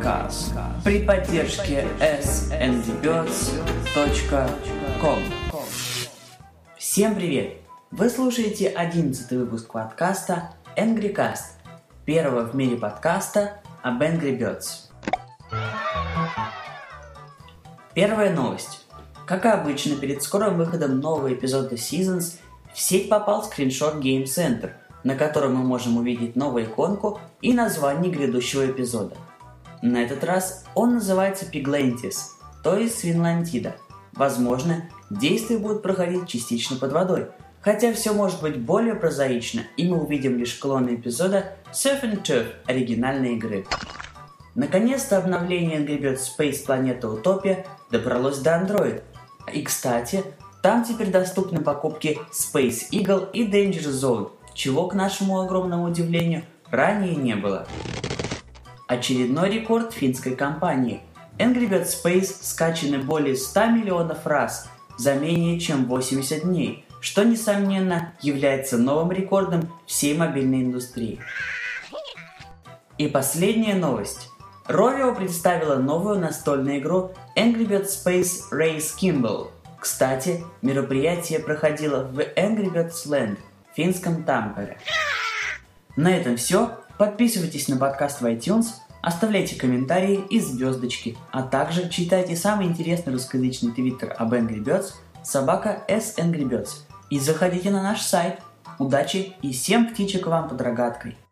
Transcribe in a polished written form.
подкаст при поддержке sangryBirds.com. Всем привет! Вы слушаете 11-й выпуск подкаста AngryCast, первого в мире подкаста об Angry Birds. Первая новость. Как обычно, перед скорым выходом нового эпизода Seasons в сеть попал скриншот Game Center, на котором мы можем увидеть новую иконку и название грядущего эпизода. На этот раз он называется Piglantis, то есть Свинлантида. Возможно, действия будут проходить частично под водой, хотя все может быть более прозаично, и мы увидим лишь клоны эпизода Surf and Turf оригинальной игры. Наконец-то обновление Angry Birds Space Planeta Utopia добралось до Android. И, кстати, там теперь доступны покупки Space Eagle и Danger Zone, чего, к нашему огромному удивлению, ранее не было. Очередной рекорд финской компании. Angry Birds Space скачаны более 100 миллионов раз за менее чем 80 дней, что, несомненно, является новым рекордом всей мобильной индустрии. И последняя новость. Rovio представила новую настольную игру Angry Birds Space Race Kimble. Кстати, мероприятие проходило в Angry Birds Land, в финском Тампере. На этом все. Подписывайтесь на подкаст в iTunes, оставляйте комментарии и звездочки, а также читайте самый интересный русскоязычный твиттер об Angry Birds @sAngryBirds и заходите на наш сайт. Удачи и всем птичек вам под рогаткой!